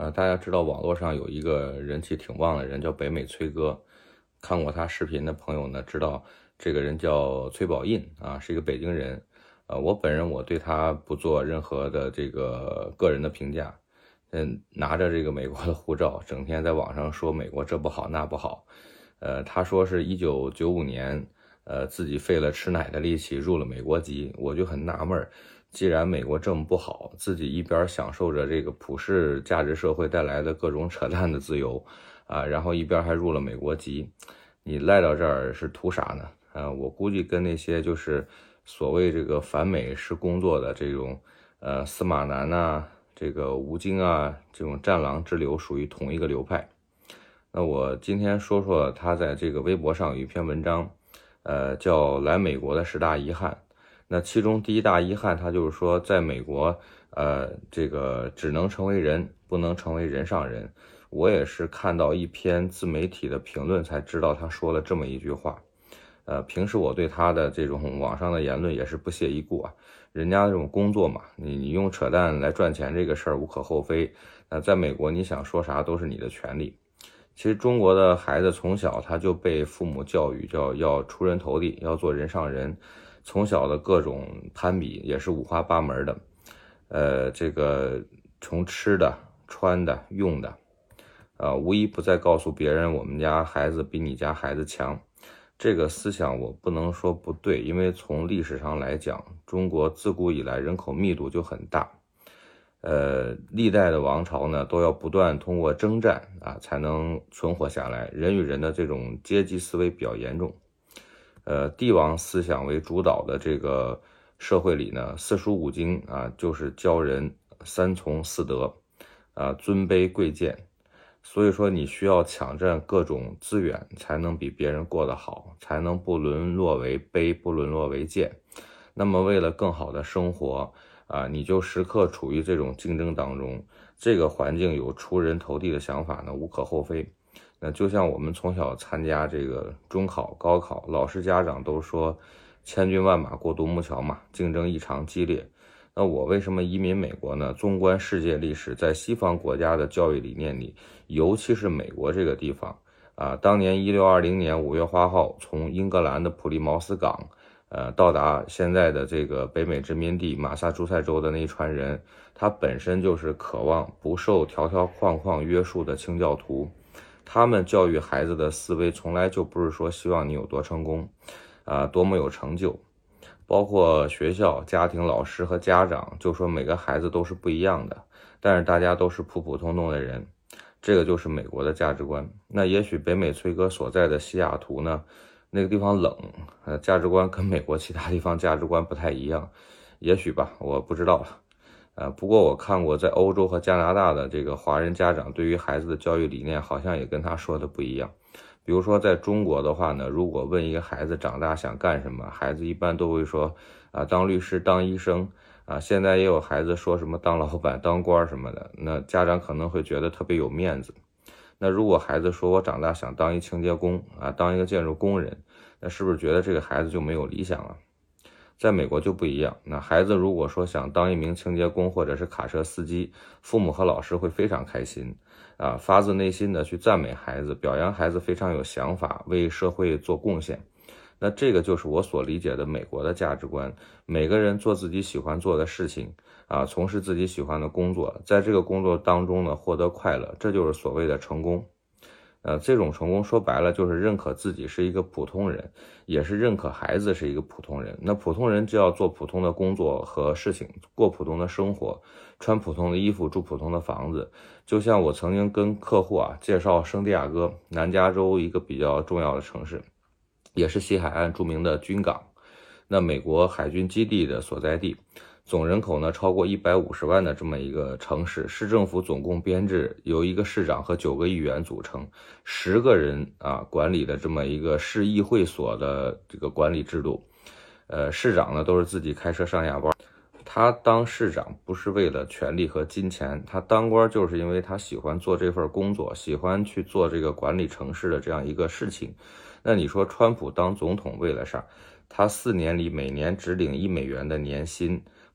大家知道网络上有一个人气挺旺的人叫北美崔哥，看过他视频的朋友呢，知道这个人叫崔宝印啊，是一个北京人。我本人我对他不做任何的这个个人的评价。拿着这个美国的护照，整天在网上说美国这不好那不好。他说是1995年，自己费了吃奶的力气入了美国籍，我就很纳闷，既然美国这么不好，自己一边享受着这个普世价值社会带来的各种扯淡的自由啊，然后一边还入了美国籍，你赖到这儿是图啥呢？我估计跟那些就是所谓这个反美是工作的这种司马南啊，这个吴京啊，这种战狼之流属于同一个流派。那我今天说说他在这个微博上有一篇文章，叫来美国的10大遗憾。那其中第一大遗憾，他就是说在美国，这个只能成为人，不能成为人上人。我也是看到一篇自媒体的评论才知道他说了这么一句话。平时我对他的这种网上的言论也是不屑一顾啊。人家这种工作嘛，你用扯淡来赚钱这个事儿无可厚非。在美国你想说啥都是你的权利。其实中国的孩子从小他就被父母教育叫要出人头地，要做人上人，从小的各种攀比也是五花八门的。这个从吃的、穿的、用的，无一不在告诉别人我们家孩子比你家孩子强。这个思想我不能说不对，因为从历史上来讲，中国自古以来人口密度就很大。历代的王朝呢，都要不断通过征战啊，才能存活下来。人与人的这种阶级思维比较严重。帝王思想为主导的这个社会里呢，四书五经啊，就是教人三从四德，尊卑贵贱。所以说你需要抢占各种资源，才能比别人过得好，才能不沦落为卑，不沦落为贱。那么为了更好的生活你就时刻处于这种竞争当中，这个环境有出人头地的想法呢，无可厚非。那就像我们从小参加这个中考、高考，老师家长都说千军万马过独木桥嘛，竞争异常激烈。那我为什么移民美国呢？纵观世界历史，在西方国家的教育理念里，尤其是美国这个地方当年1620年5月8号从英格兰的普利茅斯港到达现在的这个北美殖民地马萨诸塞州的那一船人，他本身就是渴望不受条条框框约束的清教徒。他们教育孩子的思维从来就不是说希望你有多成功多么有成就。包括学校、家庭、老师和家长就说每个孩子都是不一样的，但是大家都是普普通通的人。这个就是美国的价值观。那也许北美崔哥所在的西雅图呢，那个地方冷，价值观跟美国其他地方价值观不太一样，也许吧，我不知道了。不过我看过在欧洲和加拿大的这个华人家长对于孩子的教育理念好像也跟他说的不一样。比如说在中国的话呢，如果问一个孩子长大想干什么，孩子一般都会说当律师、当医生现在也有孩子说什么当老板、当官什么的，那家长可能会觉得特别有面子。那如果孩子说我长大想当一清洁工当一个建筑工人，那是不是觉得这个孩子就没有理想啊？在美国就不一样，那孩子如果说想当一名清洁工或者是卡车司机，父母和老师会非常开心发自内心的去赞美孩子，表扬孩子非常有想法，为社会做贡献。那这个就是我所理解的美国的价值观，每个人做自己喜欢做的事情从事自己喜欢的工作，在这个工作当中呢获得快乐，这就是所谓的成功。这种成功说白了就是认可自己是一个普通人，也是认可孩子是一个普通人。那普通人就要做普通的工作和事情，过普通的生活，穿普通的衣服，住普通的房子。就像我曾经跟客户介绍圣地亚哥，南加州一个比较重要的城市，也是西海岸著名的军港，那美国海军基地的所在地，总人口呢超过150万的这么一个城市，市政府总共编制由一个市长和9个议员组成，10个人管理的这么一个市议会所的这个管理制度。市长呢都是自己开车上下班。他当市长不是为了权力和金钱，他当官就是因为他喜欢做这份工作，喜欢去做这个管理城市的这样一个事情。那你说川普当总统为了啥？他4年里每年只领$1的年薪，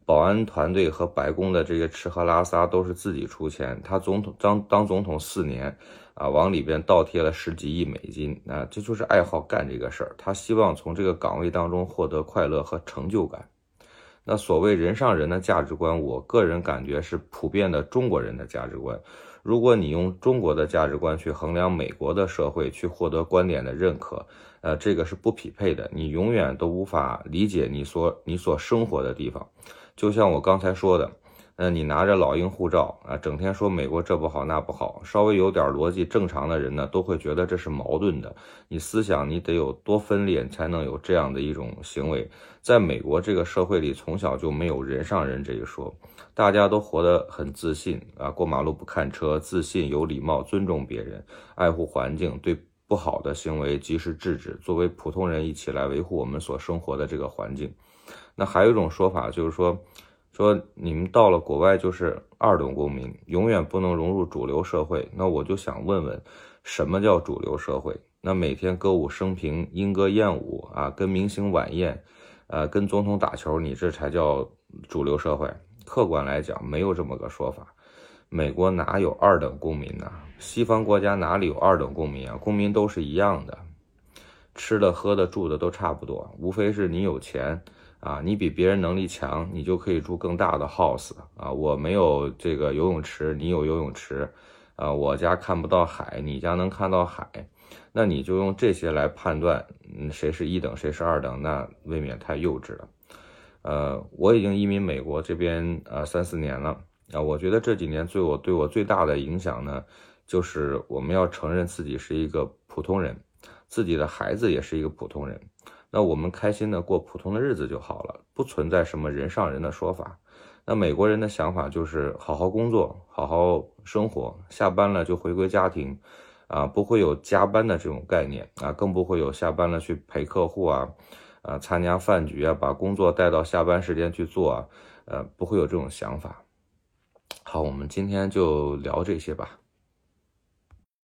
保安团队和白宫的这个吃喝拉撒都是自己出钱，他当总统4年啊，往里边倒贴了10几亿美金啊，这就是爱好干这个事儿，他希望从这个岗位当中获得快乐和成就感。那所谓人上人的价值观，我个人感觉是普遍的中国人的价值观。如果你用中国的价值观去衡量美国的社会，去获得观点的认可，这个是不匹配的，你永远都无法理解你所生活的地方。就像我刚才说的，你拿着老鹰护照啊，整天说美国这不好那不好，稍微有点逻辑正常的人呢，都会觉得这是矛盾的。你思想你得有多分裂，才能有这样的一种行为。在美国这个社会里，从小就没有人上人这一说，大家都活得很自信啊，过马路不看车，自信有礼貌，尊重别人，爱护环境，对不好的行为及时制止，作为普通人一起来维护我们所生活的这个环境。那还有一种说法就是说你们到了国外就是二等公民，永远不能融入主流社会。那我就想问问，什么叫主流社会？那每天歌舞升平，莺歌燕舞啊，跟明星晚宴，跟总统打球，你这才叫主流社会？客观来讲，没有这么个说法。美国哪有二等公民呢？西方国家哪里有二等公民啊？公民都是一样的，吃的、喝的、住的都差不多，无非是你有钱啊，你比别人能力强，你就可以住更大的 house 啊。我没有这个游泳池，你有游泳池啊。我家看不到海，你家能看到海，那你就用这些来判断，谁是一等，谁是二等，那未免太幼稚了。我已经移民美国这边3、4年了啊，我觉得这几年对我最大的影响呢，就是我们要承认自己是一个普通人，自己的孩子也是一个普通人。那我们开心的过普通的日子就好了，不存在什么人上人的说法。那美国人的想法就是好好工作，好好生活，下班了就回归家庭啊，不会有加班的这种概念啊，更不会有下班了去陪客户啊，参加饭局啊，把工作带到下班时间去做啊，不会有这种想法。好，我们今天就聊这些吧。